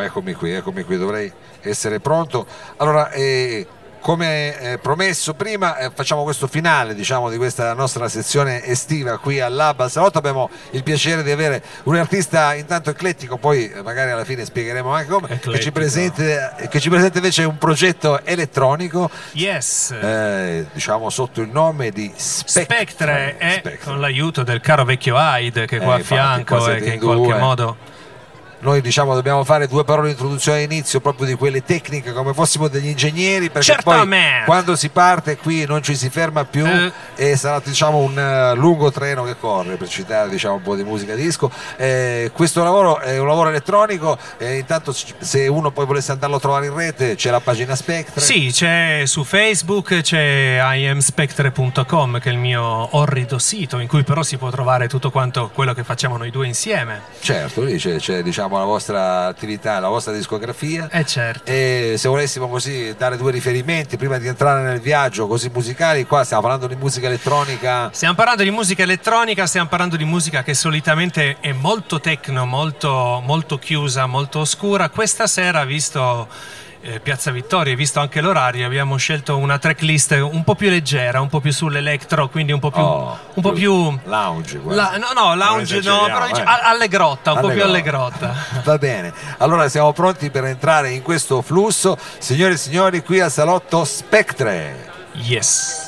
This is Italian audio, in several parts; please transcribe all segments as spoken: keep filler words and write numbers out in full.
eccomi qui, eccomi qui, dovrei essere pronto. Allora, eh, come eh, promesso prima, eh, facciamo questo finale, diciamo, di questa nostra sezione estiva qui al Lab al Salotto. Abbiamo il piacere di avere un artista intanto eclettico, poi eh, magari alla fine spiegheremo anche come, che ci, presenta, che ci presenta invece un progetto elettronico, yes, eh, diciamo sotto il nome di Spectre, Spectre, e Spectre. con l'aiuto del caro vecchio Hyde che è qua Eh, a fianco infatti, qua e che in siete in qualche due. modo... Noi diciamo dobbiamo fare due parole di introduzione all'inizio, proprio di quelle tecniche, come fossimo degli ingegneri, perché Certamente. poi quando si parte qui non ci si ferma più, Eh. e sarà, diciamo, un uh, lungo treno che corre, per citare, diciamo, un po' di musica disco. Eh, questo lavoro è un lavoro elettronico, eh, intanto se uno poi volesse andarlo a trovare in rete c'è la pagina Spectre. Sì, c'è su Facebook, c'è i am spectre punto com, che è il mio orrido sito, in cui però si può trovare tutto quanto quello che facciamo noi due insieme. Certo, lì c'è, c'è diciamo la vostra attività, la vostra discografia. Eh certo. E se volessimo così dare due riferimenti prima di entrare nel viaggio così musicali, qua stiamo parlando di musica elettronica. Stiamo parlando di musica elettronica, stiamo parlando di musica che solitamente è molto techno, molto, molto chiusa, molto oscura. Questa sera, visto eh, Piazza Vittoria e visto anche l'orario, abbiamo scelto una tracklist un po' più leggera, un po' più sull'electro, quindi un po' più, Oh, un po' più lounge, la, no no lounge no, però eh. dice, allegrotta, un po' più allegrotta. Va bene, allora siamo pronti per entrare in questo flusso, signore e signori, qui al Salotto Spectre. Yes.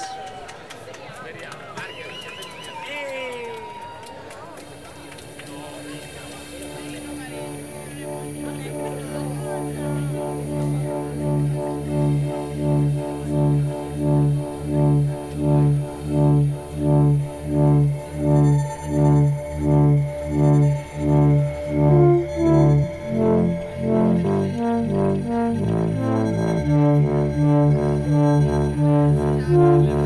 Thank you.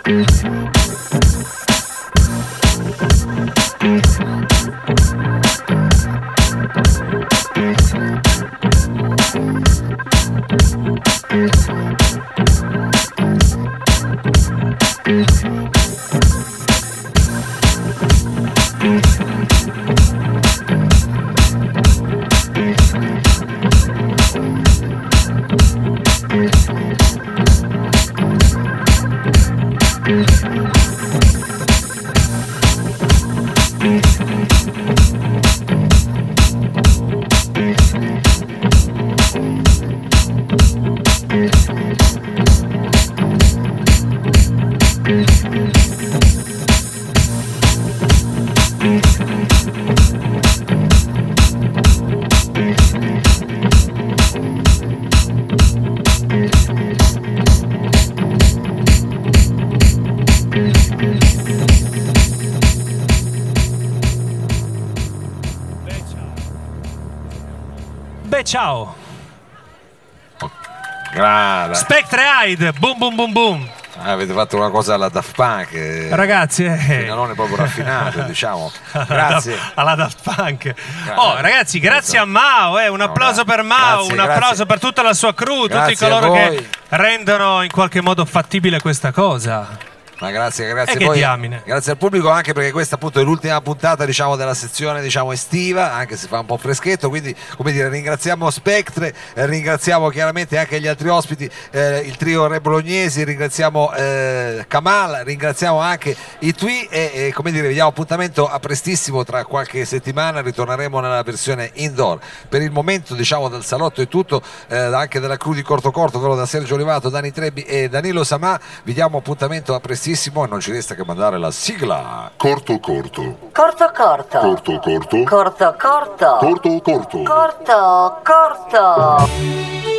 Ciao. Grande. Spectre Hyde, boom boom boom boom. Ah, avete fatto una cosa alla Daft Punk, eh, ragazzi, eh. non è proprio raffinato, diciamo. Grazie. Alla Daft Punk. Oh, ragazzi, grazie a Mao, eh. un applauso no, per Mao, grazie, un applauso grazie. per tutta la sua crew, grazie tutti coloro che rendono in qualche modo fattibile questa cosa. Ma grazie, grazie, e poi, diamine. grazie al pubblico, anche perché questa appunto è l'ultima puntata, diciamo, della sezione, diciamo, estiva, anche se fa un po' freschetto, quindi come dire, ringraziamo Spectre, eh, ringraziamo chiaramente anche gli altri ospiti, eh, il trio Re Bolognesi, ringraziamo eh, Kamal, ringraziamo anche i Tui e, e come dire, vediamo appuntamento a prestissimo, tra qualche settimana ritorneremo nella versione indoor. Per il momento, diciamo, dal salotto è tutto, eh, anche della crew di Corto Corto, quello da Sergio Olivato, Dani Trebbi e Danilo Samà, vi diamo appuntamento a prestissimo e non ci resta che mandare la sigla. Corto corto. Corto corto. Corto corto. Corto corto. Corto corto. Corto corto.